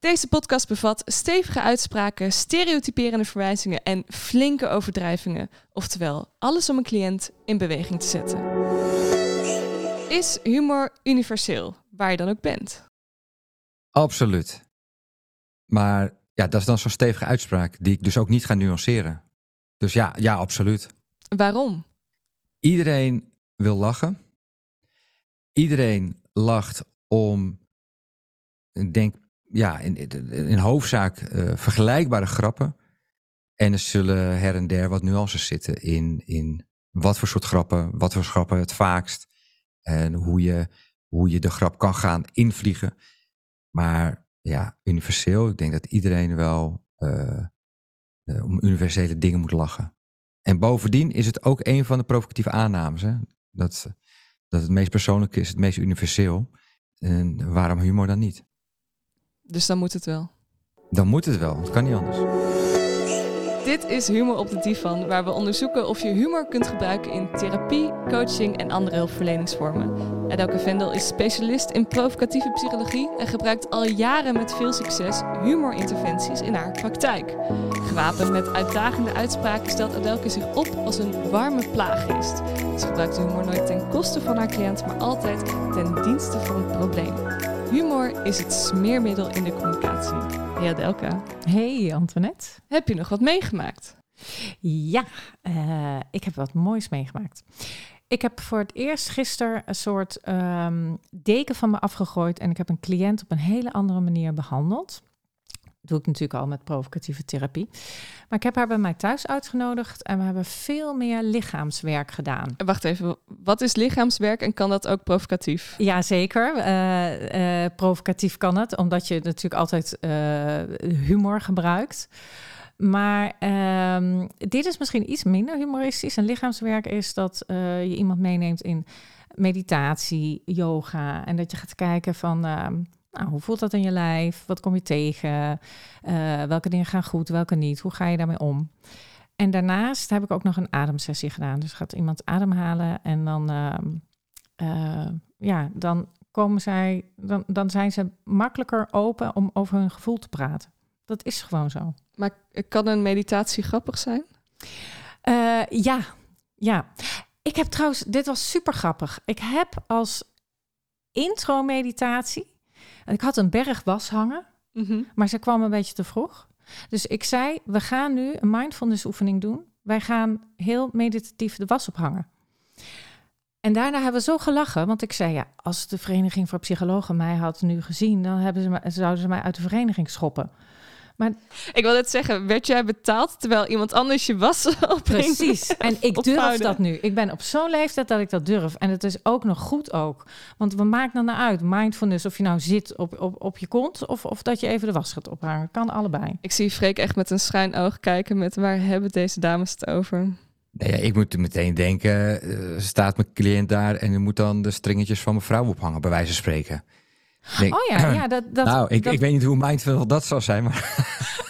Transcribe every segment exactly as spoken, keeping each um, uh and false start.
Deze podcast bevat stevige uitspraken, stereotyperende verwijzingen en flinke overdrijvingen. Oftewel, alles om een cliënt in beweging te zetten. Is humor universeel, waar je dan ook bent? Absoluut. Maar ja, dat is dan zo'n stevige uitspraak die ik dus ook niet ga nuanceren. Dus ja, ja, absoluut. Waarom? Iedereen wil lachen. Iedereen lacht om, ik denk, ja, in, in hoofdzaak uh, vergelijkbare grappen. En er zullen her en der wat nuances zitten in, in wat voor soort grappen, wat voor grappen het vaakst. En hoe je, hoe je de grap kan gaan invliegen. Maar ja, universeel, ik denk dat iedereen wel uh, uh, om universele dingen moet lachen. En bovendien is het ook een van de provocatieve aannames. Hè? Dat, dat het meest persoonlijk is, het meest universeel. En waarom humor dan niet? Dus dan moet het wel. Dan moet het wel, het kan niet anders. Dit is Humor op de Divan, waar we onderzoeken of je humor kunt gebruiken in therapie, coaching en andere hulpverleningsvormen. Edelke Vendel is specialist in provocatieve psychologie en gebruikt al jaren met veel succes humorinterventies in haar praktijk. Gewapend met uitdagende uitspraken stelt Edelke zich op als een warme plaaggeest. Ze gebruikt humor nooit ten koste van haar cliënt, maar altijd ten dienste van het probleem. Humor is het smeermiddel in de communicatie. Hey Edelke. Hey Antoinette. Heb je nog wat meegemaakt? Ja, uh, ik heb wat moois meegemaakt. Ik heb voor het eerst gisteren een soort um, deken van me afgegooid en ik heb een cliënt op een hele andere manier behandeld. Dat doe ik natuurlijk al met provocatieve therapie. Maar ik heb haar bij mij thuis uitgenodigd en we hebben veel meer lichaamswerk gedaan. Wacht even, wat is lichaamswerk en kan dat ook provocatief? Jazeker, uh, uh, provocatief kan het, omdat je natuurlijk altijd uh, humor gebruikt. Maar um, dit is misschien iets minder humoristisch. En lichaamswerk is dat uh, je iemand meeneemt in meditatie, yoga en dat je gaat kijken van... Uh, Nou, hoe voelt dat in je lijf? Wat kom je tegen? Uh, welke dingen gaan goed, welke niet? Hoe ga je daarmee om? En daarnaast heb ik ook nog een ademsessie gedaan. Dus gaat iemand ademhalen en dan, uh, uh, ja, dan komen zij, dan, dan zijn ze makkelijker open om over hun gevoel te praten. Dat is gewoon zo. Maar kan een meditatie grappig zijn? Uh, ja, ja. Ik heb trouwens, dit was super grappig. Ik heb als intro-meditatie. Ik had een berg was hangen, mm-hmm. maar ze kwam een beetje te vroeg. Dus ik zei, we gaan nu een mindfulness oefening doen. Wij gaan heel meditatief de was ophangen. En daarna hebben we zo gelachen, want ik zei, ja, als de Vereniging voor Psychologen mij had nu gezien, dan hebben ze me, zouden ze mij uit de vereniging schoppen. Maar ik wil net zeggen, werd jij betaald terwijl iemand anders je was ophing? Precies, en ik durf dat nu. Ik ben op zo'n leeftijd dat ik dat durf. En het is ook nog goed ook. Want we maken dan naar uit, mindfulness, of je nou zit op, op, op je kont... Of, of dat je even de was gaat ophangen. Kan allebei. Ik zie Freek echt met een schuin oog kijken met waar hebben deze dames het over? Nee, ja, ik moet meteen denken, uh, staat mijn cliënt daar en er moet dan de stringetjes van mijn vrouw ophangen, bij wijze van spreken. Denk, oh ja, ja dat, dat, nou, ik, dat... ik weet niet hoe mindful dat zou zijn, maar...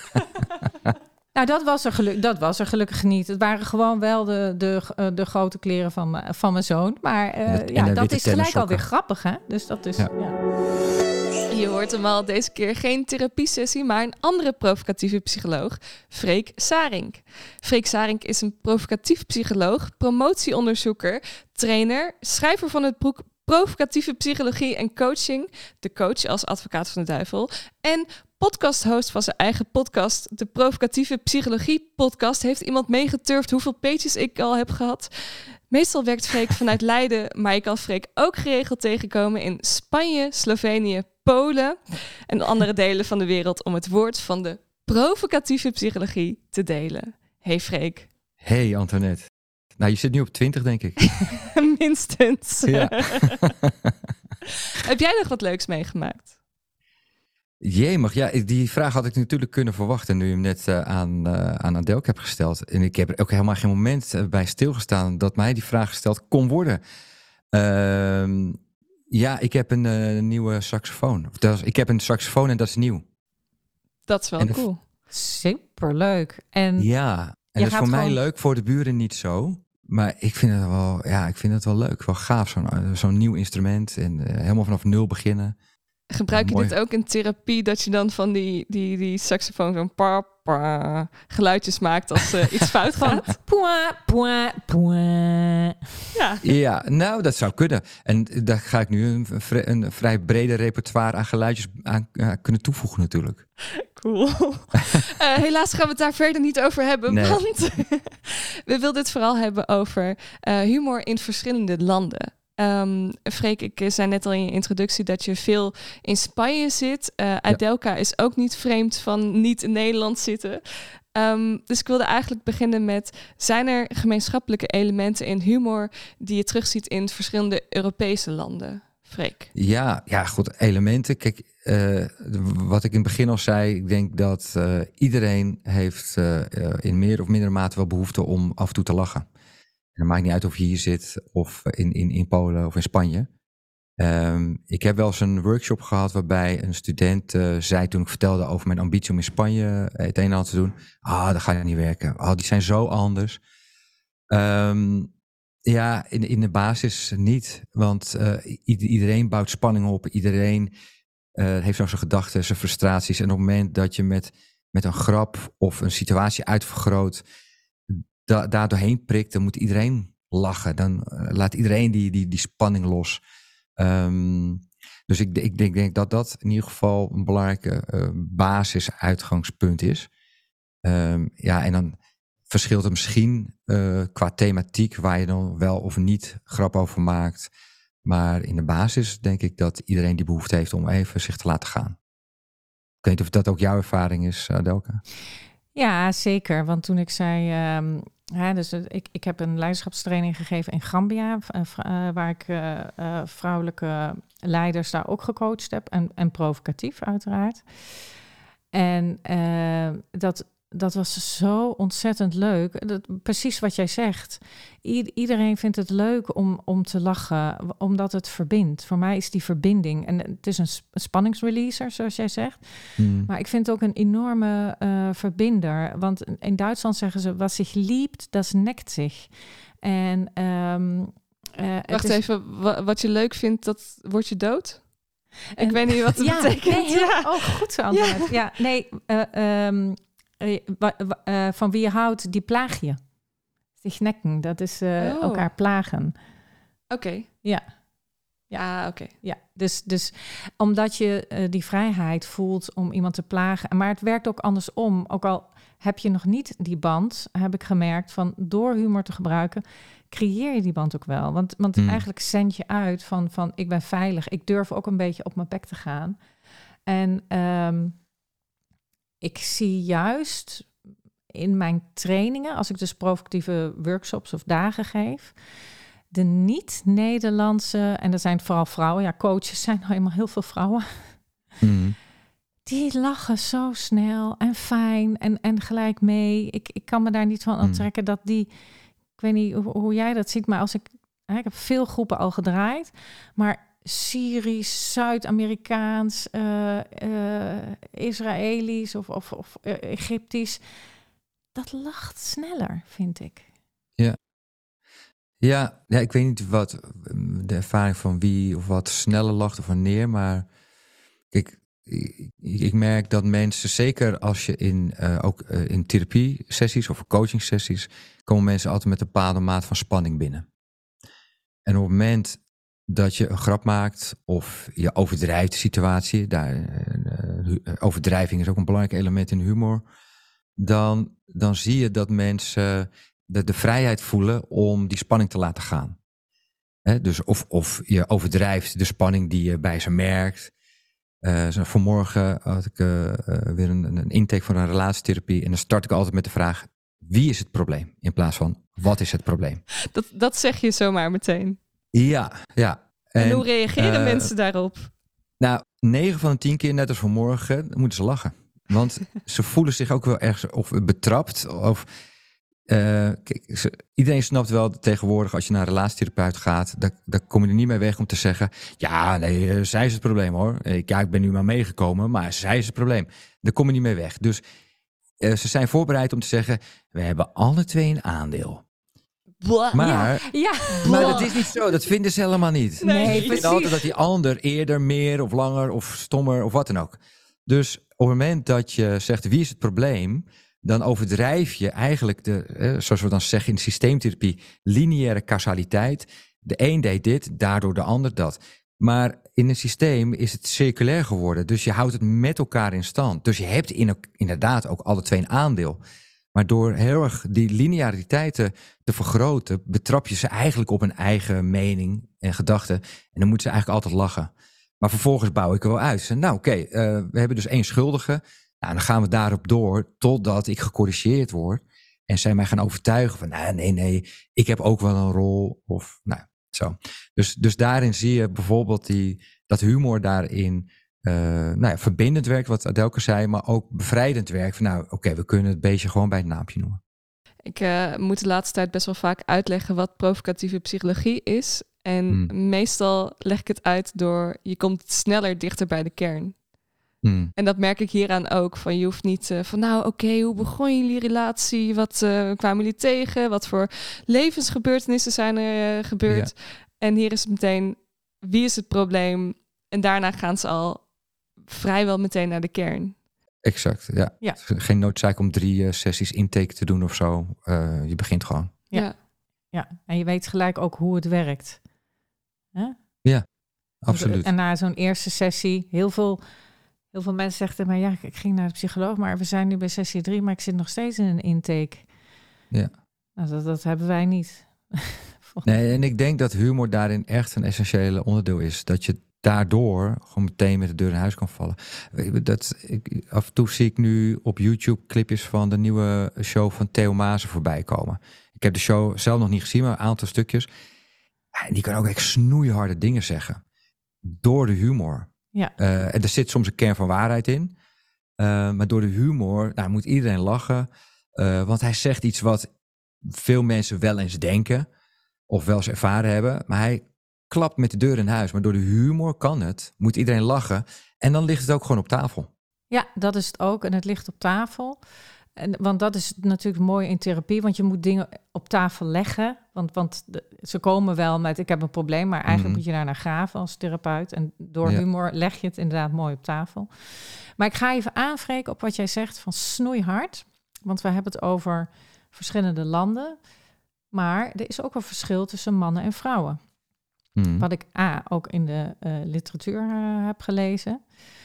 Nou, dat was, er geluk, dat was er gelukkig niet. Het waren gewoon wel de, de, de grote kleren van, van mijn zoon. Maar uh, en ja, dat is gelijk alweer grappig, hè? Dus dat is... Ja. Ja. Je hoort hem al, deze keer geen therapiesessie, maar een andere provocatieve psycholoog, Freek Sarink. Freek Sarink is een provocatief psycholoog, promotieonderzoeker, trainer, schrijver van het boek Provocatieve Psychologie en Coaching, de coach als advocaat van de duivel, en podcasthost van zijn eigen podcast, de Provocatieve Psychologie podcast. Heeft iemand meegeturfd hoeveel pages ik al heb gehad? Meestal werkt Freek vanuit Leiden, maar je kan Freek ook geregeld tegenkomen in Spanje, Slovenië, Polen en andere delen van de wereld om het woord van de provocatieve psychologie te delen. Hey Freek. Hey Antoinette. Nou, je zit nu op twintig, denk ik. Minstens. Ja. Heb jij nog wat leuks meegemaakt? Jemig, ja, die vraag had ik natuurlijk kunnen verwachten nu je hem net uh, aan, uh, aan Adelke hebt gesteld. En ik heb er ook helemaal geen moment uh, bij stilgestaan dat mij die vraag gesteld kon worden. Uh, ja, ik heb een uh, nieuwe saxofoon. Dat is, ik heb een saxofoon en dat is nieuw. Dat is wel en cool. Superleuk. En ja, en dat is voor gewoon... mij leuk, voor de buren niet zo. Maar ik vind het wel, ja, ik vind het wel leuk. Wel gaaf, zo'n, zo'n nieuw instrument. En uh, helemaal vanaf nul beginnen. Gebruik je Mooi. dit ook in therapie, dat je dan van die, die, die saxofoon zo'n pa, pa, geluidjes maakt als uh, iets fout gaat? Point, point, point. Ja. Ja, nou, dat zou kunnen. En daar ga ik nu een, vri- een vrij brede repertoire aan geluidjes aan uh, kunnen toevoegen natuurlijk. Cool. Uh, helaas gaan we het daar verder niet over hebben, Nee. want we wilden het vooral hebben over uh, humor in verschillende landen. Um, Freek, ik zei net al in je introductie dat je veel in Spanje zit. Uh, Adelka is ook niet vreemd van niet in Nederland zitten. Um, dus ik wilde eigenlijk beginnen met, zijn er gemeenschappelijke elementen in humor die je terugziet in verschillende Europese landen? Freek. Ja, ja, goed, elementen. Kijk, uh, wat ik in het begin al zei, ik denk dat uh, iedereen heeft uh, uh, in meer of mindere mate wel behoefte om af en toe te lachen. En het maakt niet uit of je hier zit of in, in, in Polen of in Spanje. Um, ik heb wel eens een workshop gehad waarbij een student uh, zei toen ik vertelde over mijn ambitie om in Spanje het een en ander te doen. Ah, dat gaat niet werken. Ah, die zijn zo anders. Um, ja, in, in de basis niet. Want uh, iedereen bouwt spanning op. Iedereen uh, heeft zo zijn gedachten, zijn frustraties. En op het moment dat je met, met een grap of een situatie uitvergroot, Da- daar doorheen prikt, dan moet iedereen lachen. Dan uh, laat iedereen die, die, die spanning los. Um, dus ik, ik, denk, ik denk dat dat in ieder geval een belangrijke uh, basis-uitgangspunt is. Um, ja, en dan verschilt het misschien uh, qua thematiek waar je dan wel of niet grap over maakt. Maar in de basis denk ik dat iedereen die behoefte heeft om even zich te laten gaan. Ik weet niet of dat ook jouw ervaring is, Adelka. Ja, zeker. Want toen ik zei, um, ja, dus ik, ik heb een leiderschapstraining gegeven in Gambia, uh, uh, waar ik uh, uh, vrouwelijke leiders daar ook gecoacht heb en, en provocatief uiteraard. En uh, dat, dat was zo ontzettend leuk. Dat, precies wat jij zegt. I- iedereen vindt het leuk om, om te lachen, omdat het verbindt. Voor mij is die verbinding, en het is een sp- spanningsreleaser, zoals jij zegt. Hmm. Maar ik vind het ook een enorme uh, verbinder. Want in Duitsland zeggen ze, wat zich liebt, dat neckt zich. En um, uh, Wacht is... even, wa- wat je leuk vindt, dat wordt je dood? En, ik weet niet wat het ja, betekent. Nee, heel, ja. Oh, goed zo antwoord. Ja, ja nee, uh, um, uh, uh, van wie je houdt, die plaag je. Zich nekken, dat is uh, oh. elkaar plagen. Oké. Okay. Ja. Ja, oké. Okay. Ja, dus, dus omdat je uh, die vrijheid voelt om iemand te plagen. Maar het werkt ook andersom. Ook al heb je nog niet die band, heb ik gemerkt, van door humor te gebruiken, creëer je die band ook wel. Want, want mm. eigenlijk zend je uit van, van ik ben veilig. Ik durf ook een beetje op mijn bek te gaan. En um, ik zie juist in mijn trainingen, als ik dus provocatieve workshops of dagen geef, de niet-Nederlandse, en er zijn vooral vrouwen, ja, coaches zijn nou eenmaal heel veel vrouwen, Mm. die lachen zo snel en fijn en, en gelijk mee. Ik, ik kan me daar niet van onttrekken mm. dat die, ik weet niet hoe, hoe jij dat ziet, maar als ik, ik heb veel groepen al gedraaid, maar Syrisch, Zuid-Amerikaans, uh, uh, Israëlisch of, of, of uh, Egyptisch, dat lacht sneller, vind ik. Ja. Ja, ja, ik weet niet wat de ervaring van wie of wat sneller lacht of wanneer, maar ik, ik, ik merk dat mensen, zeker als je in uh, ook uh, in therapie-sessies of coaching-sessies, komen mensen altijd met een bepaalde maat van spanning binnen. En op het moment dat je een grap maakt of je overdrijft de situatie, daar, uh, uh, overdrijving is ook een belangrijk element in humor, dan, dan zie je dat mensen de, de vrijheid voelen om die spanning te laten gaan. He, dus of, of je overdrijft de spanning die je bij ze merkt. Uh, zo vanmorgen had ik uh, uh, weer een, een intake van een relatietherapie en dan start ik altijd met de vraag, wie is het probleem? In plaats van, wat is het probleem? Dat, dat zeg je zomaar meteen. Ja, ja. En, en hoe reageren uh, mensen daarop? Nou, negen van de tien keer, net als vanmorgen, moeten ze lachen. Want ze voelen zich ook wel ergens of betrapt. Of, uh, kijk, ze, iedereen snapt wel dat tegenwoordig als je naar een relatietherapeut gaat, dan, dan kom je er niet mee weg om te zeggen, ja, nee, uh, zij is het probleem hoor. Ik, ja, ik ben nu maar meegekomen, maar zij is het probleem. Daar kom je niet mee weg. Dus uh, ze zijn voorbereid om te zeggen, we hebben alle twee een aandeel. Blah. Maar, Ja, maar dat is niet zo. Dat vinden ze helemaal niet. Nee, Ze precies. vinden altijd dat die ander eerder, meer of langer of stommer of wat dan ook. Dus op het moment dat je zegt wie is het probleem, dan overdrijf je eigenlijk de, eh, zoals we dan zeggen in de systeemtherapie, lineaire causaliteit. De een deed dit, daardoor de ander dat. Maar in een systeem is het circulair geworden. Dus je houdt het met elkaar in stand. Dus je hebt in, inderdaad ook alle twee een aandeel. Maar door heel erg die lineariteiten te vergroten, betrap je ze eigenlijk op hun eigen mening en gedachten. En dan moeten ze eigenlijk altijd lachen. Maar vervolgens bouw ik er wel uit. Nou oké, okay, uh, we hebben dus één schuldige. Nou, dan gaan we daarop door totdat ik gecorrigeerd word. En zij mij gaan overtuigen van nee, nee, nee, ik heb ook wel een rol. Of nou, zo. Dus, dus daarin zie je bijvoorbeeld die, dat humor daarin uh, nou ja, verbindend werkt, wat Adelke zei, maar ook bevrijdend werkt. Van nou, oké, okay, we kunnen het beestje gewoon bij het naampje noemen. Ik uh, moet de laatste tijd best wel vaak uitleggen wat provocatieve psychologie is. En hmm. meestal leg ik het uit door, je komt sneller dichter bij de kern. Hmm. En dat merk ik hieraan ook. Van je hoeft niet uh, van nou oké, okay, hoe begon jullie relatie? Wat uh, kwamen jullie tegen? Wat voor levensgebeurtenissen zijn er uh, gebeurd? Ja. En hier is het meteen, wie is het probleem? En daarna gaan ze al vrijwel meteen naar de kern. Exact, ja. ja. Geen noodzaak om drie uh, sessies intake te doen of zo. Uh, je begint gewoon. Ja. ja, ja. En je weet gelijk ook hoe het werkt. Huh? Ja, absoluut. En na zo'n eerste sessie, heel veel... Heel veel mensen zeggen, maar ja, ik ging naar de psycholoog, maar we zijn nu bij sessie drie, maar ik zit nog steeds in een intake. Ja. Nou, dat, dat hebben wij niet. Nee, en ik denk dat humor daarin echt een essentiële onderdeel is. Dat je daardoor gewoon meteen met de deur in huis kan vallen. Dat, ik, af en toe zie ik nu op YouTube clipjes van de nieuwe show van Theo Maassen voorbij komen. Ik heb de show zelf nog niet gezien, maar een aantal stukjes. En die kan ook echt snoeiharde dingen zeggen. Door de humor. Ja. Uh, en er zit soms een kern van waarheid in. Uh, maar door de humor nou, moet iedereen lachen. Uh, want hij zegt iets wat veel mensen wel eens denken. Of wel eens ervaren hebben. Maar hij klapt met de deur in huis. Maar door de humor kan het. Moet iedereen lachen. En dan ligt het ook gewoon op tafel. Ja, dat is het ook. En het ligt op tafel. En, want dat is natuurlijk mooi in therapie. Want je moet dingen op tafel leggen. Want, want de, ze komen wel met ik heb een probleem. Maar eigenlijk mm-hmm. moet je daar naar graven als therapeut. En door ja. humor leg je het inderdaad mooi op tafel. Maar ik ga even aanvreken op wat jij zegt van snoeihard. Want we hebben het over verschillende landen. Maar er is ook een verschil tussen mannen en vrouwen. Mm. Wat ik A, ook in de uh, literatuur uh, heb gelezen.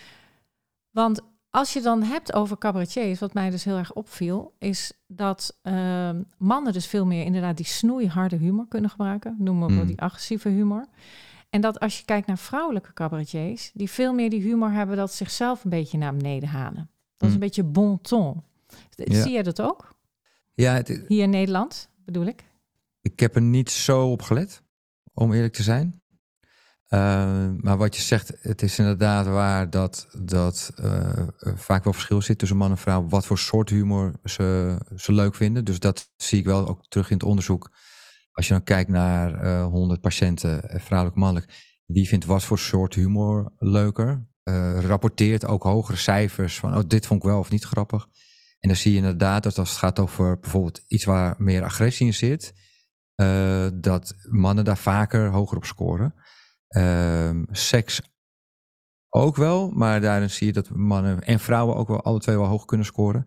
Want als je dan hebt over cabaretiers, wat mij dus heel erg opviel, is dat uh, mannen dus veel meer inderdaad die snoeiharde humor kunnen gebruiken. Noemen we mm. wel die agressieve humor. En dat als je kijkt naar vrouwelijke cabaretiers, die veel meer die humor hebben dat zichzelf een beetje naar beneden halen. Dat mm. is een beetje bon ton. Ja. Zie je dat ook? Ja, het, hier in Nederland bedoel ik. Ik heb er niet zo op gelet, om eerlijk te zijn. Uh, maar wat je zegt, het is inderdaad waar dat, dat uh, vaak wel verschil zit tussen man en vrouw. Wat voor soort humor ze, ze leuk vinden. Dus dat zie ik wel ook terug in het onderzoek. Als je dan kijkt naar uh, honderd patiënten, vrouwelijk mannelijk. Wie vindt wat voor soort humor leuker? Uh, rapporteert ook hogere cijfers van oh, dit vond ik wel of niet grappig. En dan zie je inderdaad dat als het gaat over bijvoorbeeld iets waar meer agressie in zit. Uh, dat mannen daar vaker hoger op scoren. Uh, seks ook wel, maar daarin zie je dat mannen en vrouwen ook wel alle twee wel hoog kunnen scoren.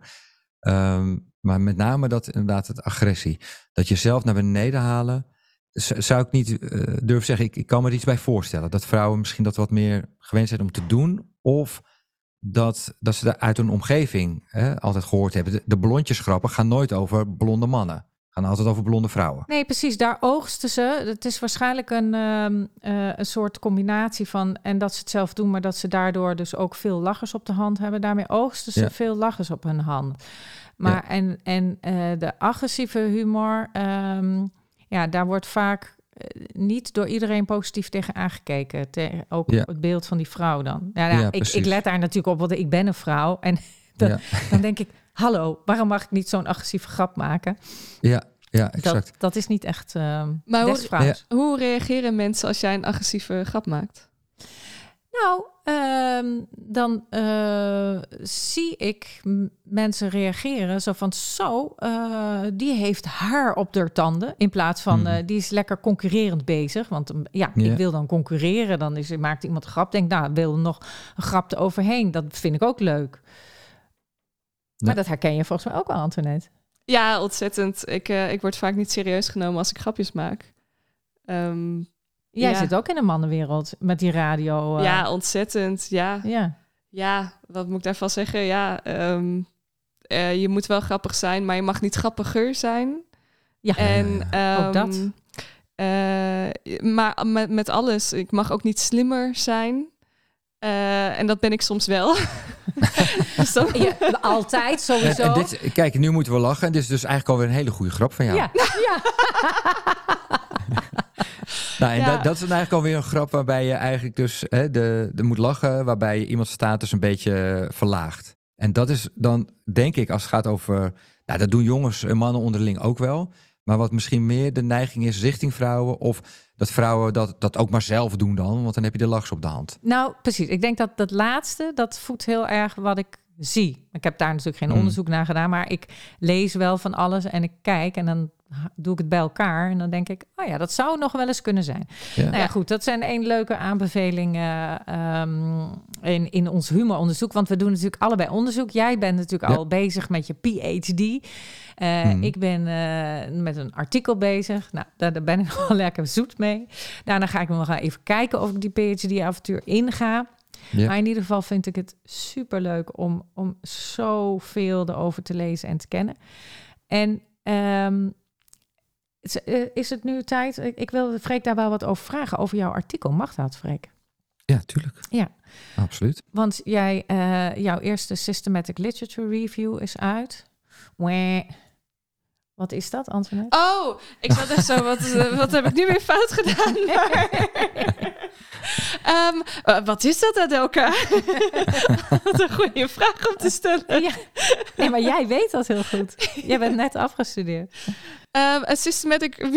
Um, maar met name dat inderdaad het agressie. Dat jezelf naar beneden halen, zou ik niet uh, durven zeggen. Ik, ik kan me er iets bij voorstellen. Dat vrouwen misschien dat wat meer gewend zijn om te doen. Of dat, dat ze dat uit hun omgeving hè, altijd gehoord hebben. De, de blondjesgrappen gaan nooit over blonde mannen. Gaan altijd over blonde vrouwen. Nee, precies. Daar oogsten ze. Het is waarschijnlijk een, um, uh, een soort combinatie van en dat ze het zelf doen, maar dat ze daardoor dus ook veel lachers op de hand hebben. Daarmee oogsten ze ja. veel lachers op hun hand. Maar ja. en, en uh, de agressieve humor, um, ja, daar wordt vaak uh, niet door iedereen positief tegen aangekeken. Te, ook ja. het beeld van die vrouw dan. Ja, nou, ja, ik, ik let daar natuurlijk op, want ik ben een vrouw. En dan, ja. dan denk ik, hallo, waarom mag ik niet zo'n agressieve grap maken? Ja, ja, exact. Dat, dat is niet echt uh, maar des hoe, ja. hoe reageren mensen als jij een agressieve grap maakt? Nou, um, dan uh, zie ik m- mensen reageren zo van zo, uh, die heeft haar op de tanden in plaats van Mhm. uh, die is lekker concurrerend bezig. Want um, ja, Ja. ik wil dan concurreren. Dan is, maakt iemand een grap, denk nou, wil er nog een grap eroverheen. Dat vind ik ook leuk. Ja. Maar dat herken je volgens mij ook wel, Antoinette. Ja, ontzettend. Ik, uh, ik word vaak niet serieus genomen als ik grapjes maak. Um, Jij ja. zit ook in de mannenwereld met die radio. Uh, Ja, ontzettend. Ja. ja. Ja, wat moet ik daarvan zeggen? Ja, um, uh, je moet wel grappig zijn, maar je mag niet grappiger zijn. Ja, En, ja, ook dat. Um, uh, maar met, met alles. Ik mag ook niet slimmer zijn. Uh, en dat ben ik soms wel. Dus dan... ja, altijd, sowieso. En, en dit, kijk, nu moeten we lachen. Dit is dus eigenlijk alweer een hele goede grap van jou. Ja, ja. Nou, en Ja. dat, dat is dan eigenlijk alweer een grap waarbij je eigenlijk dus hè, de, de moet lachen, waarbij je iemands status een beetje verlaagt. En dat is dan, denk ik, als het gaat over, nou, dat doen jongens en mannen onderling ook wel, maar wat misschien meer de neiging is richting vrouwen, of dat vrouwen dat, dat ook maar zelf doen dan, want dan heb je de lachs op de hand. Nou, precies. Ik denk dat dat laatste, dat voedt heel erg wat ik zie. Ik heb daar natuurlijk geen Mm. onderzoek naar gedaan, maar ik lees wel van alles en ik kijk en dan doe ik het bij elkaar en dan denk ik, oh ja, dat zou nog wel eens kunnen zijn. Ja. Nou ja, goed, dat zijn één leuke aanbeveling uh, um, in, in ons humoronderzoek, want we doen natuurlijk allebei onderzoek. Jij bent natuurlijk Ja. al bezig met je P H D. Uh, Hmm. Ik ben uh, met een artikel bezig. Nou, daar, daar ben ik nog wel lekker zoet mee. Nou, dan ga ik nog even kijken of ik die P H D-avontuur inga. Ja. Maar in ieder geval vind ik het superleuk om, om zoveel erover te lezen en te kennen. En um, is, uh, is het nu tijd? Ik, ik wil Freek daar wel wat over vragen, over jouw artikel. Mag dat, Freek? Ja, tuurlijk. Ja. Absoluut. Want jij, uh, jouw eerste Systematic Literature Review is uit. Wah. Wat is dat, Antoinette? Oh, ik zat echt zo, wat, uh, wat heb ik nu weer fout gedaan? um, uh, wat is dat, Adelka? Wat een goede vraag om te stellen. Ja. Nee, maar jij weet dat heel goed. Jij bent net afgestudeerd. Um, een systematic...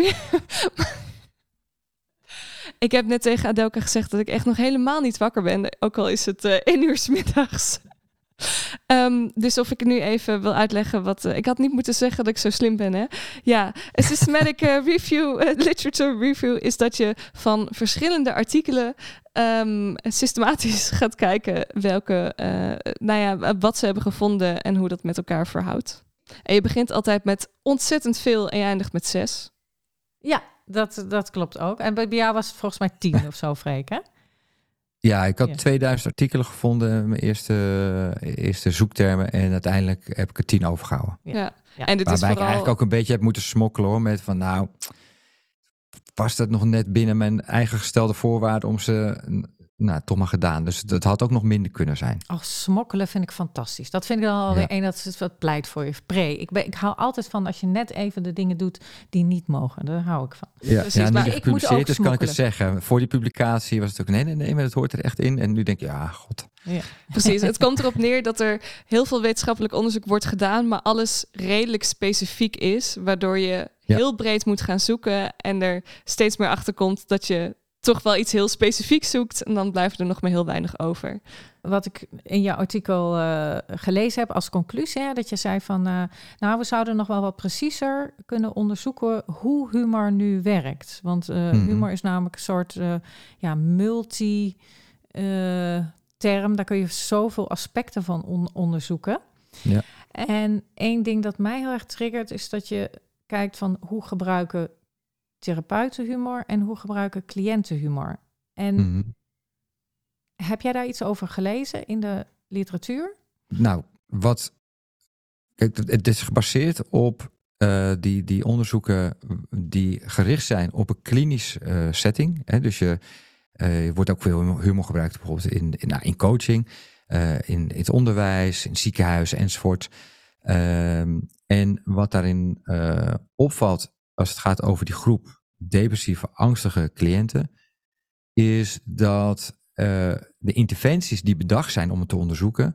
Ik heb net tegen Adelka gezegd dat ik echt nog helemaal niet wakker ben. Ook al is het uh, één uur 's middags. Um, dus of ik nu even wil uitleggen wat... Uh, ik had niet moeten zeggen dat ik zo slim ben, hè? Ja, een systematic uh, review, uh, literature review... is dat je van verschillende artikelen... Um, systematisch gaat kijken welke... Uh, nou ja, wat ze hebben gevonden... en hoe dat met elkaar verhoudt. En je begint altijd met ontzettend veel... en je eindigt met zes. Ja, dat, dat klopt ook. En bij jou was het volgens mij tien of zo, Freek, hè? Ja, ik had Ja. tweeduizend artikelen gevonden, mijn eerste, eerste zoektermen. En uiteindelijk heb ik er tien overgehouden. Ja. Ja. Ja. En dit Waarbij is vooral... ik eigenlijk ook een beetje heb moeten smokkelen hoor. Met van nou, past het nog net binnen mijn eigen gestelde voorwaarden om ze, nou toch maar gedaan. Dus het had ook nog minder kunnen zijn. Oh, smokkelen vind ik fantastisch. Dat vind ik dan alweer Ja. één, dat is wat pleit voor je. Pre. Ik, ben, ik hou altijd van als je net even de dingen doet die niet mogen. Daar hou ik van. Ja, Precies, ja nu maar het ik moet ook gepubliceerd is, kan ik het smokkelen. zeggen. Voor die publicatie was het ook nee, nee, nee, maar dat hoort er echt in. En nu denk ik, ja, god. Ja. Precies, het komt erop neer dat er heel veel wetenschappelijk onderzoek wordt gedaan, maar alles redelijk specifiek is, waardoor je Ja. heel breed moet gaan zoeken en er steeds meer achter komt dat je toch wel iets heel specifieks zoekt en dan blijft er nog maar heel weinig over. Wat ik in jouw artikel uh, gelezen heb als conclusie, hè, dat je zei van, uh, nou, we zouden nog wel wat preciezer kunnen onderzoeken hoe humor nu werkt. Want uh, Mhm. humor is namelijk een soort uh, ja, multi uh, term. Daar kun je zoveel aspecten van on- onderzoeken. Ja. En één ding dat mij heel erg triggert, is dat je kijkt van hoe gebruiken therapeuten humor en hoe gebruiken cliënten humor. En Mhm. heb jij daar iets over gelezen in de literatuur? Nou, wat. Kijk, het is gebaseerd op uh, die, die onderzoeken die gericht zijn op een klinisch uh, setting. Hè? Dus je, uh, je wordt ook veel humor gebruikt, bijvoorbeeld in, in, nou, in coaching, uh, in, in het onderwijs, in ziekenhuizen enzovoort. Um, en wat daarin uh, opvalt als het gaat over die groep depressieve, angstige cliënten, is dat uh, de interventies die bedacht zijn om het te onderzoeken,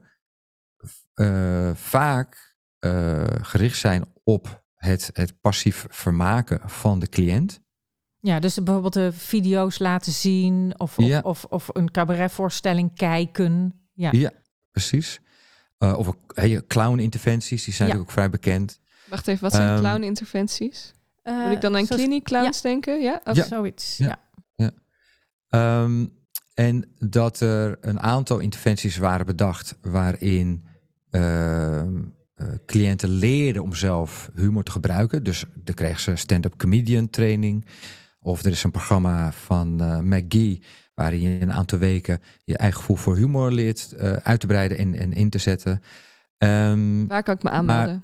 uh, vaak uh, gericht zijn op het, het passief vermaken van de cliënt. Ja, dus bijvoorbeeld de video's laten zien of, of, Ja. of, of een cabaretvoorstelling kijken. Ja, Ja, precies. Uh, of hey, clown-interventies, die zijn Ja. natuurlijk ook vrij bekend. Wacht even, wat zijn Ehm, clown-interventies? Uh, Moet ik dan aan zoals- clinic-clowns denken? Ja? Of- Ja. Zoiets, Ja. ja. Um, en dat er een aantal interventies waren bedacht waarin uh, uh, cliënten leerden om zelf humor te gebruiken. Dus dan kregen ze stand-up comedian training. Of er is een programma van uh, McGee waarin je een aantal weken je eigen gevoel voor humor leert uh, uit te breiden en, en in te zetten. Um, Waar kan ik me aanmelden?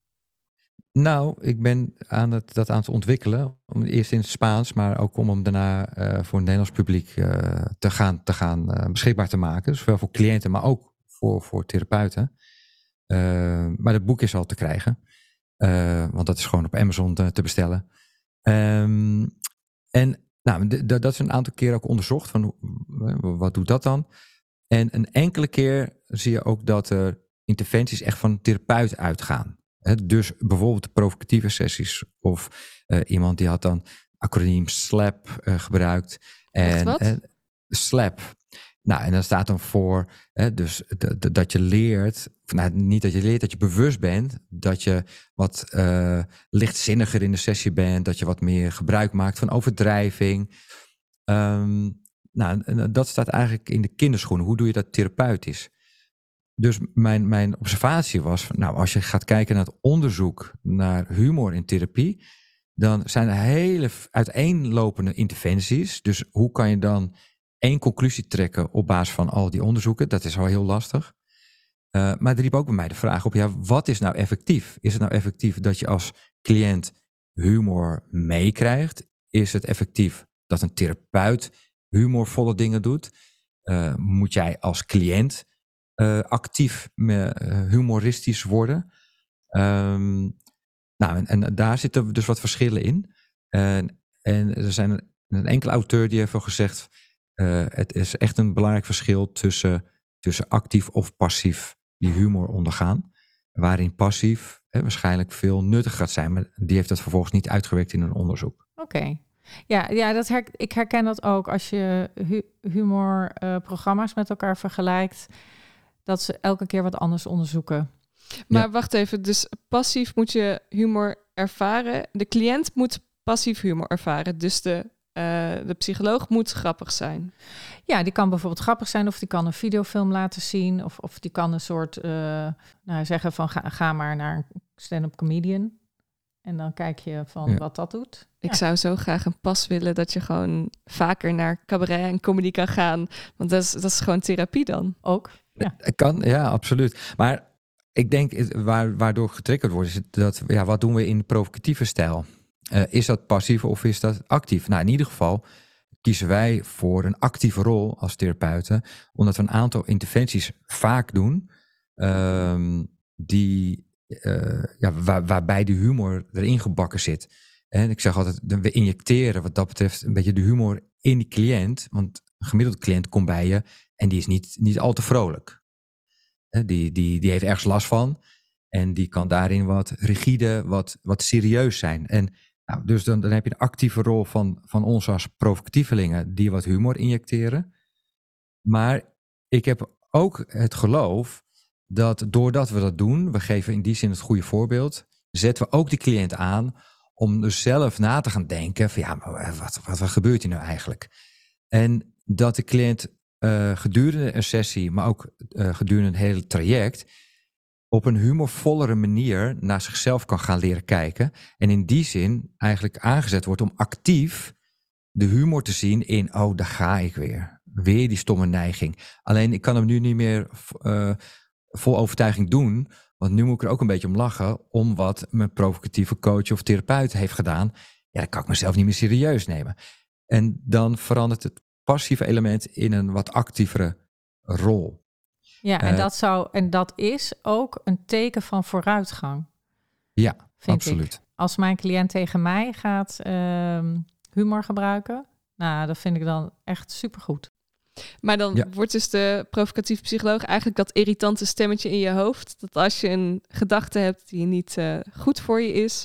Nou, ik ben aan het dat aan het ontwikkelen. Om eerst in het Spaans, maar ook om hem daarna uh, voor het Nederlands publiek uh, te gaan, te gaan uh, beschikbaar te maken. Zowel voor cliënten, maar ook voor, voor therapeuten. Uh, maar het boek is al te krijgen. Uh, want dat is gewoon op Amazon te, te bestellen. Um, en nou, d- d- dat is een aantal keer ook onderzocht. Van, uh, wat doet dat dan? En een enkele keer zie je ook dat er interventies echt van een therapeut uitgaan. He, dus bijvoorbeeld de provocatieve sessies of uh, iemand die had dan acroniem SLAP uh, gebruikt. Echt En, wat? Uh, SLAP. Nou, en dan staat dan voor, hè, dus d- d- dat je leert, nou, niet dat je leert, dat je bewust bent, dat je wat uh, lichtzinniger in de sessie bent, dat je wat meer gebruik maakt van overdrijving. Um, nou, dat staat eigenlijk in de kinderschoenen. Hoe doe je dat therapeutisch? Dus mijn, mijn observatie was, nou, als je gaat kijken naar het onderzoek naar humor in therapie, dan zijn er hele uiteenlopende interventies. Dus hoe kan je dan één conclusie trekken op basis van al die onderzoeken? Dat is al heel lastig. Uh, maar er riep ook bij mij de vraag op, ja, wat is nou effectief? Is het nou effectief dat je als cliënt humor meekrijgt? Is het effectief dat een therapeut humorvolle dingen doet? Uh, moet jij als cliënt Uh, actief uh, humoristisch worden. Um, nou, en, en daar zitten dus wat verschillen in. En, en er zijn een, een enkele auteur die heeft al gezegd, uh, het is echt een belangrijk verschil tussen, tussen actief of passief die humor ondergaan. Waarin passief hè, waarschijnlijk veel nuttiger gaat zijn, maar die heeft dat vervolgens niet uitgewerkt in een onderzoek. Oké. Okay. Ja, ja dat her, ik herken dat ook als je hu- humorprogramma's uh, met elkaar vergelijkt, dat ze elke keer wat anders onderzoeken. Maar Ja. wacht even, dus passief moet je humor ervaren. De cliënt moet passief humor ervaren. Dus de, uh, de psycholoog moet grappig zijn. Ja, die kan bijvoorbeeld grappig zijn of die kan een videofilm laten zien. Of, of die kan een soort, uh, nou zeggen van ga, ga maar naar een stand-up comedian. En dan kijk je van ja. wat dat doet. Ik ja. zou zo graag een pas willen dat je gewoon vaker naar cabaret en comedy kan gaan. Want dat is, dat is gewoon therapie dan. Ook. Ja. Kan, ja, absoluut. Maar ik denk, waar, waardoor getriggerd wordt, is dat, ja, wat doen we in de provocatieve stijl? Uh, is dat passief of is dat actief? Nou, in ieder geval kiezen wij voor een actieve rol als therapeuten, omdat we een aantal interventies vaak doen, um, die, uh, ja, waar, waarbij de humor erin gebakken zit. En ik zeg altijd, we injecteren wat dat betreft een beetje de humor in die cliënt, want een gemiddelde cliënt komt bij je en die is niet, niet al te vrolijk. Die, die, die heeft ergens last van. En die kan daarin wat rigide, wat, wat serieus zijn. En nou, dus dan, dan heb je een actieve rol van, van ons als provocatievelingen die wat humor injecteren. Maar ik heb ook het geloof dat doordat we dat doen, we geven in die zin het goede voorbeeld, zetten we ook die cliënt aan om dus zelf na te gaan denken van ja, maar wat, wat, wat gebeurt hier nou eigenlijk? En dat de cliënt uh, gedurende een sessie, maar ook uh, gedurende het hele traject, op een humorvollere manier naar zichzelf kan gaan leren kijken. En in die zin eigenlijk aangezet wordt om actief de humor te zien in, oh, daar ga ik weer. Weer die stomme neiging. Alleen ik kan hem nu niet meer uh, vol overtuiging doen, want nu moet ik er ook een beetje om lachen om wat mijn provocatieve coach of therapeut heeft gedaan. Ja, dan kan ik mezelf niet meer serieus nemen. En dan verandert het passieve element in een wat actievere rol. Ja, en, uh, dat zou, en dat is ook een teken van vooruitgang. Ja, absoluut. Ik. Als mijn cliënt tegen mij gaat uh, humor gebruiken, nou, dat vind ik dan echt supergoed. Maar dan ja. wordt dus de provocatieve psycholoog eigenlijk dat irritante stemmetje in je hoofd, dat als je een gedachte hebt die niet uh, goed voor je is,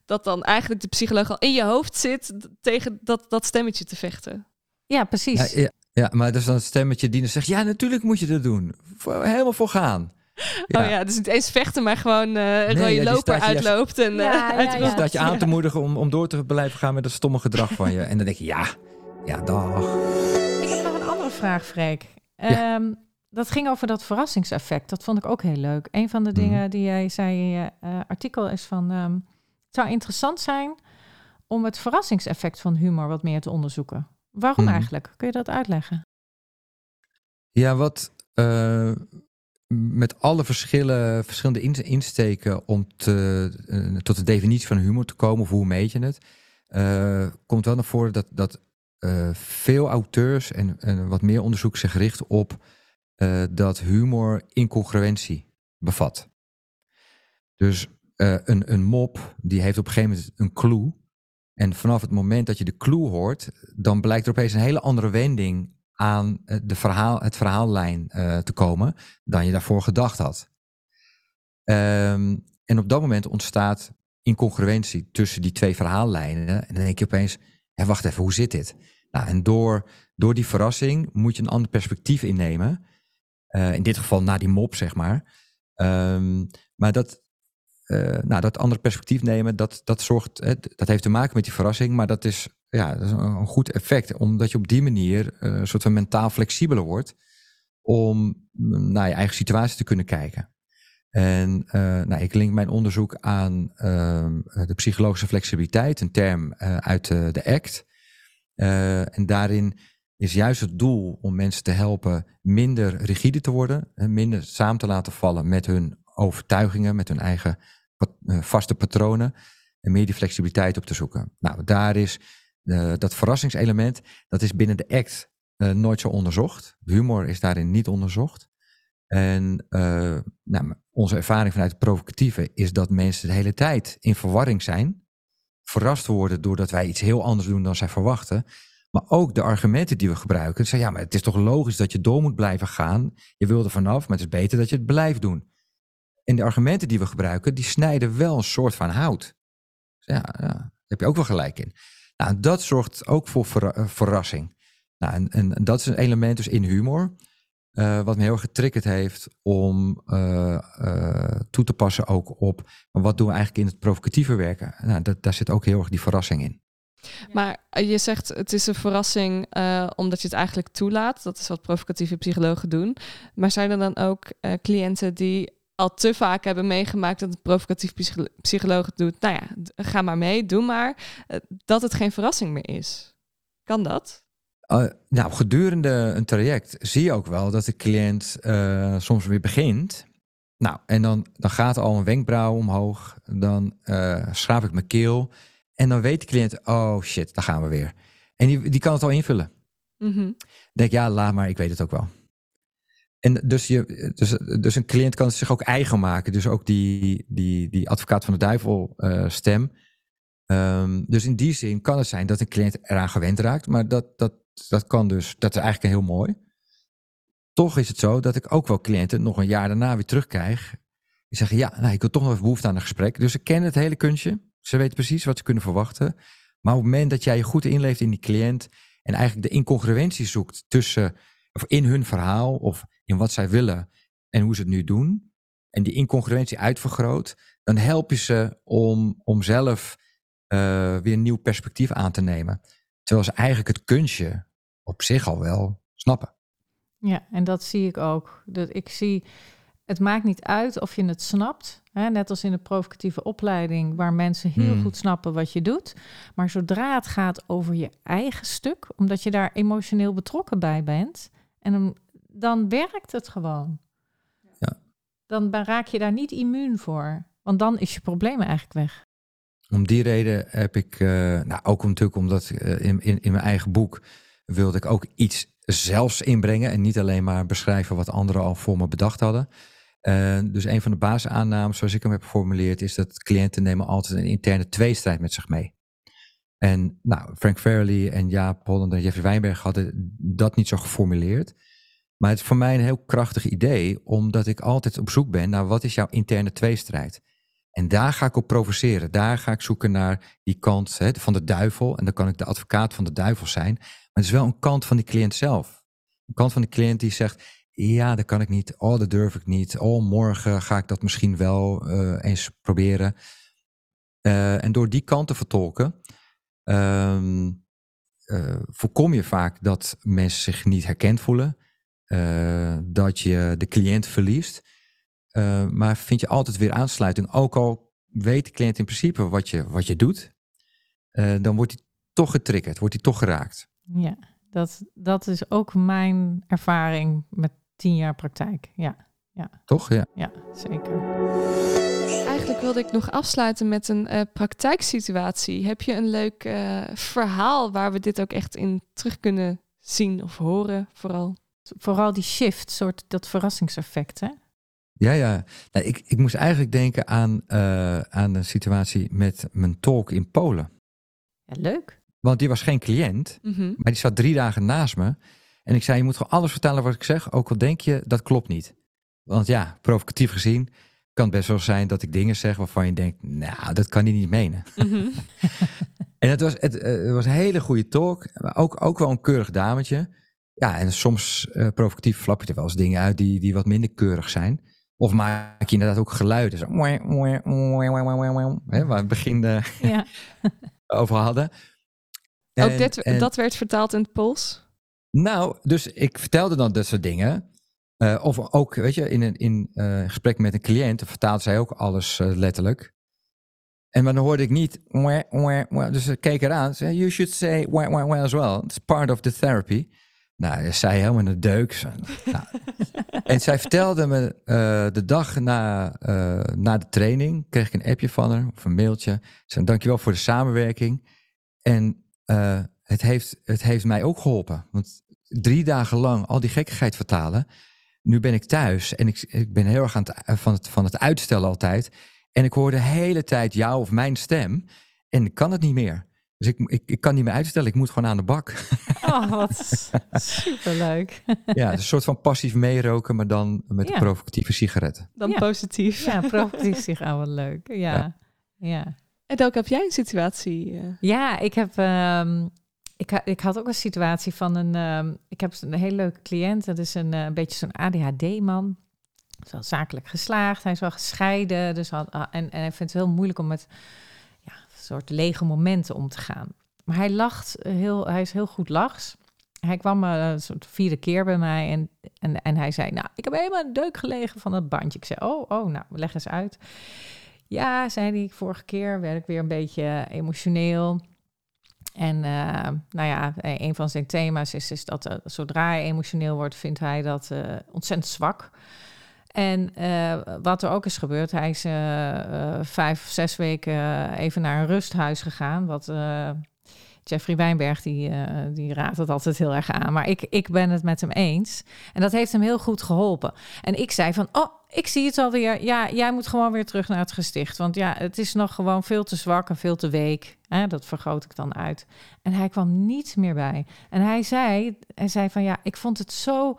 dat dan eigenlijk de psycholoog al in je hoofd zit tegen dat, dat stemmetje te vechten. Ja, precies. Ja, ja, ja, maar dat is dan het stemmetje die dan zegt, ja, natuurlijk moet je dat doen. Voor, helemaal voor gaan. Ja. Oh ja, dus niet eens vechten, maar gewoon uh, Nee, rode ja, die loper staat je juist- uitloopt en uh, Ja, ja, uitroept. ja. Staat je aan te moedigen om, om door te blijven gaan met dat stomme gedrag van je. En dan denk je, ja, ja, dag. Ik heb nog een andere vraag, Freek. Ja. Ehm, dat ging over dat verrassingseffect. Dat vond ik ook heel leuk. Een van de Mhm. dingen die jij zei in je uh, artikel is van... Um, het zou interessant zijn om het verrassingseffect van humor wat meer te onderzoeken. Waarom Mhm. eigenlijk? Kun je dat uitleggen? Ja, wat uh, met alle verschillen, verschillende in- insteken om te, uh, tot de definitie van humor te komen, of hoe meet je het, uh, komt wel naar voren dat, dat uh, veel auteurs en, en wat meer onderzoek zich richt op uh, dat humor incongruentie bevat. Dus uh, een, een mop, die heeft op een gegeven moment een clue. En vanaf het moment dat je de clue hoort, dan blijkt er opeens een hele andere wending aan de verhaal, het verhaallijn uh, te komen dan je daarvoor gedacht had. Um, en op dat moment ontstaat incongruentie tussen die twee verhaallijnen. En dan denk je opeens, ja, wacht even, hoe zit dit? Nou, en door, door die verrassing moet je een ander perspectief innemen. Uh, in dit geval naar die mop, zeg maar. Um, maar dat, uh, nou, dat andere perspectief nemen, dat, dat, zorgt, hè, dat heeft te maken met die verrassing, maar dat is... Ja, dat is een goed effect, omdat je op die manier uh, een soort van mentaal flexibeler wordt om naar je eigen situatie te kunnen kijken. En uh, nou, ik link mijn onderzoek aan uh, de psychologische flexibiliteit, een term uh, uit uh, de A C T. Uh, en daarin is juist het doel om mensen te helpen minder rigide te worden, en minder samen te laten vallen met hun overtuigingen, met hun eigen pat- uh, vaste patronen en meer die flexibiliteit op te zoeken. Nou, daar is Uh, dat verrassingselement, dat is binnen de A C T uh, nooit zo onderzocht. Humor is daarin niet onderzocht. En uh, nou, onze ervaring vanuit het provocatieve is dat mensen de hele tijd in verwarring zijn. Verrast worden doordat wij iets heel anders doen dan zij verwachten. Maar ook de argumenten die we gebruiken. Zeggen, ja, maar het is toch logisch dat je door moet blijven gaan. Je wil er vanaf, maar het is beter dat je het blijft doen. En de argumenten die we gebruiken, die snijden wel een soort van hout. Dus ja, ja, daar heb je ook wel gelijk in. Nou, dat zorgt ook voor ver- verrassing. Nou, en, en, en dat is een element dus in humor, uh, wat me heel erg getriggerd heeft om uh, uh, toe te passen ook op, maar wat doen we eigenlijk in het provocatieve werken? Nou, dat, daar zit ook heel erg die verrassing in. Maar je zegt het is een verrassing uh, omdat je het eigenlijk toelaat. Dat is wat provocatieve psychologen doen. Maar zijn er dan ook uh, cliënten die al te vaak hebben meegemaakt dat een provocatief psycholo- psycholoog het doet? Nou ja, d- ga maar mee, doe maar. Uh, dat het geen verrassing meer is. Kan dat? Uh, nou, gedurende een traject zie je ook wel dat de cliënt uh, soms weer begint. Nou, en dan, dan gaat al een wenkbrauw omhoog. Dan uh, schraap ik mijn keel. En dan weet de cliënt, oh shit, daar gaan we weer. En die, die kan het al invullen. Mm-hmm. Denk, ja, laat maar, ik weet het ook wel. En dus, je, dus, dus een cliënt kan het zich ook eigen maken. Dus ook die, die, die advocaat van de duivel uh, stem. Um, dus in die zin kan het zijn dat een cliënt eraan gewend raakt. Maar dat, dat, dat kan dus, dat is eigenlijk heel mooi. Toch is het zo dat ik ook wel cliënten nog een jaar daarna weer terugkrijg. Die zeggen, ja, nou, ik wil toch nog even behoefte aan een gesprek. Dus ze kennen het hele kunstje. Ze weten precies wat ze kunnen verwachten. Maar op het moment dat jij je goed inleeft in die cliënt en eigenlijk de incongruentie zoekt tussen, of in hun verhaal of in wat zij willen en hoe ze het nu doen, en die incongruentie uitvergroot, dan help je ze om, om zelf uh, weer een nieuw perspectief aan te nemen. Terwijl ze eigenlijk het kunstje op zich al wel snappen. Ja, en dat zie ik ook. Dat ik zie, het maakt niet uit of je het snapt. Hè, net als in de provocatieve opleiding, waar mensen heel hmm. goed snappen wat je doet. Maar zodra het gaat over je eigen stuk, omdat je daar emotioneel betrokken bij bent, en dan, dan werkt het gewoon. Ja. Dan raak je daar niet immuun voor. Want dan is je probleem eigenlijk weg. Om die reden heb ik, uh, nou ook natuurlijk omdat uh, in, in, in mijn eigen boek wilde ik ook iets zelfs inbrengen en niet alleen maar beschrijven wat anderen al voor me bedacht hadden. Uh, dus een van de basisaannames, zoals ik hem heb geformuleerd, is dat cliënten nemen altijd een interne tweestrijd met zich mee. En nou, Frank Farrelly en Jaap Hollander en Jeffrey Wijnberg hadden dat niet zo geformuleerd. Maar het is voor mij een heel krachtig idee, omdat ik altijd op zoek ben naar wat is jouw interne tweestrijd. En daar ga ik op provoceren. Daar ga ik zoeken naar die kant hè, van de duivel. En dan kan ik de advocaat van de duivel zijn. Maar het is wel een kant van die cliënt zelf. Een kant van die cliënt die zegt... ja, dat kan ik niet. Oh, dat durf ik niet. Oh, morgen ga ik dat misschien wel uh, eens proberen. Uh, en door die kant te vertolken... Um, uh, voorkom je vaak dat mensen zich niet herkend voelen. Uh, dat je de cliënt verliest. Uh, maar vind je altijd weer aansluiting. Ook al weet de cliënt in principe wat je, wat je doet. Uh, dan wordt hij toch getriggerd. Wordt hij toch geraakt. Ja, dat, dat is ook mijn ervaring met tien jaar praktijk. Ja, ja. Toch? Ja. Ja, zeker. Eigenlijk wilde ik nog afsluiten met een uh, praktijksituatie. Heb je een leuk uh, verhaal waar we dit ook echt in terug kunnen zien of horen vooral? Vooral die shift, soort dat verrassingseffect, hè? Ja, ja. Nou, ik, ik moest eigenlijk denken aan, uh, aan een situatie met mijn tolk in Polen. Ja, leuk. Want die was geen cliënt, Mm-hmm. maar die zat drie dagen naast me. En ik zei, je moet gewoon alles vertellen wat ik zeg, ook al denk je, dat klopt niet. Want ja, provocatief gezien kan het best wel zijn dat ik dingen zeg waarvan je denkt, nou, dat kan hij niet menen. Mm-hmm. En het was, het, het was een hele goede talk, maar ook, ook wel een keurig dametje. Ja, en soms uh, provocatief flap je er wel eens dingen uit die, die wat minder keurig zijn. Of maak je inderdaad ook geluiden. Zo, hè, waar we het begin uh, ja. over hadden. En, ook en, dit, en, dat werd vertaald in het Pools? Nou, dus ik vertelde dan dat soort dingen. Uh, of ook, weet je, in een in, uh, gesprek met een cliënt vertaalde zij ook alles uh, letterlijk. En dan hoorde ik niet, wah, wah, wah, dus ik keek eraan. Zei, you should say wah, wah, wah as well. It's part of the therapy. Nou, dat zei helemaal in de deuk. Zo, nou. En zij vertelde me uh, de dag na, uh, na de training, kreeg ik een appje van haar, of een mailtje. Ze zei, dankjewel voor de samenwerking. En uh, het, heeft, het heeft mij ook geholpen. Want drie dagen lang al die gekkigheid vertalen. Nu ben ik thuis en ik, ik ben heel erg aan het, van, het, van het uitstellen altijd. En ik hoor de hele tijd jou of mijn stem. En ik kan het niet meer. Dus ik, ik, ik kan niet meer uitstellen. Ik moet gewoon aan de bak. Oh, wat superleuk. Ja, dus een soort van passief meeroken, maar dan met ja. provocatieve sigaretten. Dan ja. positief. Ja, provocatief zich aan, wat leuk. Ja, ja. ja. En ook heb jij een situatie? Uh... Ja, ik heb... Um, ik, ha- ik had ook een situatie van een... Um, ik heb een hele leuke cliënt. Dat is een, uh, een beetje zo'n A D H D-man. Is wel zakelijk geslaagd. Hij is wel gescheiden. Dus had, uh, en, en hij vindt het heel moeilijk om met ja, een soort lege momenten om te gaan. Maar hij lacht heel... Hij is heel goed lachs. Hij kwam uh, een soort vierde keer bij mij en, en, en hij zei... Nou, ik heb helemaal een deuk gelegen van dat bandje. Ik zei, oh, oh, nou, leg eens uit. Ja, zei hij, vorige keer werd ik weer een beetje emotioneel. En uh, nou ja, een van zijn thema's is, is dat uh, zodra hij emotioneel wordt, vindt hij dat uh, ontzettend zwak. En uh, wat er ook is gebeurd, hij is uh, uh, vijf, zes weken even naar een rusthuis gegaan, wat... Uh, Jeffrey Wijnberg, die, uh, die raadt het altijd heel erg aan. Maar ik, ik ben het met hem eens. En dat heeft hem heel goed geholpen. En ik zei van, oh, ik zie het alweer. Ja, jij moet gewoon weer terug naar het gesticht. Want ja, het is nog gewoon veel te zwak en veel te week. Hè, dat vergroot ik dan uit. En hij kwam niet meer bij. En hij zei, hij zei van, ja, ik vond het zo...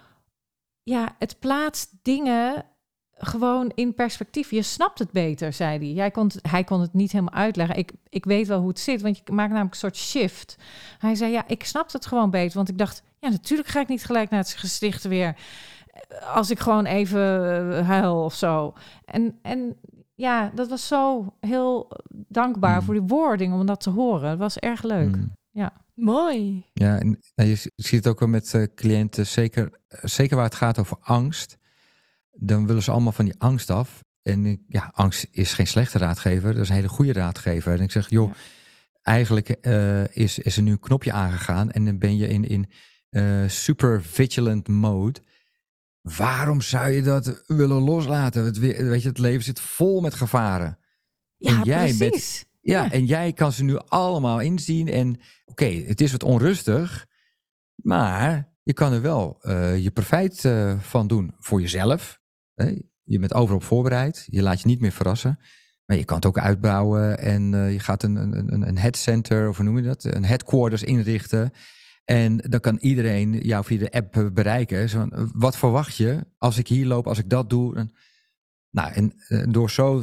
Ja, het plaatst dingen... gewoon in perspectief. Je snapt het beter, zei hij. Jij kon het, hij kon het niet helemaal uitleggen. Ik, ik weet wel hoe het zit, want je maakt namelijk een soort shift. Hij zei, ja, ik snapte het gewoon beter. Want ik dacht, ja, natuurlijk ga ik niet gelijk naar het gesticht weer. Als ik gewoon even huil of zo. En, en ja, dat was zo heel dankbaar mm. voor die wording om dat te horen. Het was erg leuk. Mm. Ja. Mooi. Ja, en je ziet het ook wel met uh, cliënten, zeker, zeker waar het gaat over angst... dan willen ze allemaal van die angst af. En ja, angst is geen slechte raadgever. Dat is een hele goede raadgever. En ik zeg, joh, ja. eigenlijk uh, is, is er nu een knopje aangegaan... en dan ben je in, in uh, super vigilant mode. Waarom zou je dat willen loslaten? Het, weet je, het leven zit vol met gevaren. Ja, en jij precies. Bent, ja, ja, en jij kan ze nu allemaal inzien. En oké, okay, het is wat onrustig... maar je kan er wel uh, je profijt uh, van doen voor jezelf... Je bent overal voorbereid. Je laat je niet meer verrassen. Maar je kan het ook uitbouwen. En uh, je gaat een, een, een headcenter, of hoe noem je dat? Een headquarters inrichten. En dan kan iedereen jou via de app bereiken. Zo, wat verwacht je als ik hier loop, als ik dat doe? En, nou, en uh, door zo te,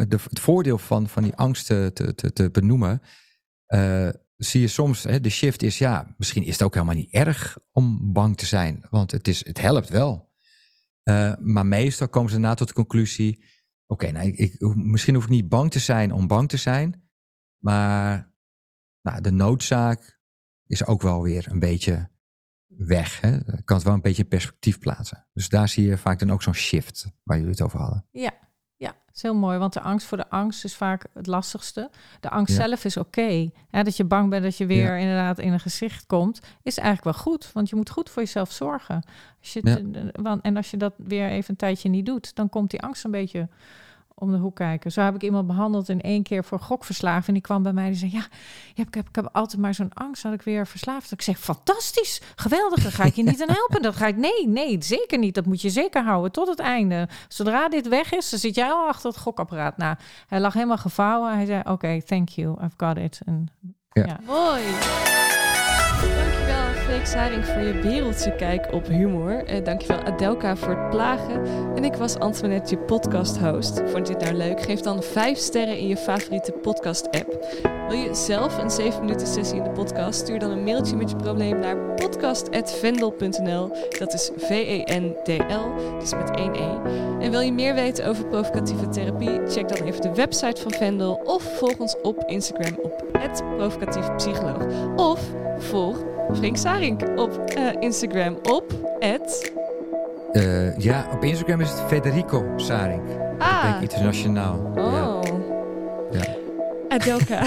de, het voordeel van, van die angst te, te, te benoemen, uh, zie je soms, hè, de shift is, ja, misschien is het ook helemaal niet erg om bang te zijn. Want het, is, het helpt wel. Uh, maar meestal komen ze daarna tot de conclusie, oké, okay, nou, ik, ik, misschien hoef ik niet bang te zijn om bang te zijn. Maar nou, de noodzaak is ook wel weer een beetje weg. Hè? Ik kan het wel een beetje in perspectief plaatsen. Dus daar zie je vaak dan ook zo'n shift waar jullie het over hadden. Ja, ja, dat is heel mooi. Want de angst voor de angst is vaak het lastigste. De angst ja. zelf is oké. Okay. Dat je bang bent dat je weer ja. inderdaad in een gezicht komt, is eigenlijk wel goed. Want je moet goed voor jezelf zorgen. Als je het, ja. En als je dat weer even een tijdje niet doet, dan komt die angst een beetje om de hoek kijken. Zo heb ik iemand behandeld in één keer voor gokverslaafd. En die kwam bij mij en die zei, ja, ik heb, ik heb altijd maar zo'n angst dat ik weer verslaafd. Ik zeg, fantastisch, geweldig, daar ga ik je niet aan helpen. Dat ga ik, nee, nee, zeker niet. Dat moet je zeker houden tot het einde. Zodra dit weg is, dan zit jij al achter het gokapparaat. Nou, hij lag helemaal gevouwen. Hij zei, oké, okay, thank you, I've got it. En, ja. Ja. Mooi. Dankjewel, Freek Saring, voor je wereldse kijk op humor. Eh, dankjewel, Adelka, voor het plagen. En ik was Antoinette, je podcast-host. Vond je dit nou leuk? Geef dan vijf sterren in je favoriete podcast-app. Wil je zelf een zeven minuten sessie in de podcast? Stuur dan een mailtje met je probleem naar podcast at vendel punt n l. Dat is V E N D L, dus met één E. En wil je meer weten over provocatieve therapie? Check dan even de website van Vendel of volg ons op Instagram op at provocatiefpsycholoog. Of volg Freek Saring op uh, Instagram op at... Uh, ja, op Instagram is het Federico Saring. Ah. Ik denk internationaal. Oh. Ja. Ja. Adelka,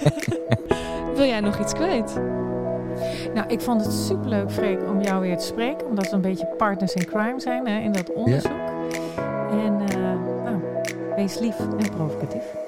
wil jij nog iets kwijt? Nou, ik vond het superleuk, Freek, om jou weer te spreken. Omdat we een beetje partners in crime zijn, hè, in dat onderzoek. Ja. En uh, nou, wees lief en provocatief.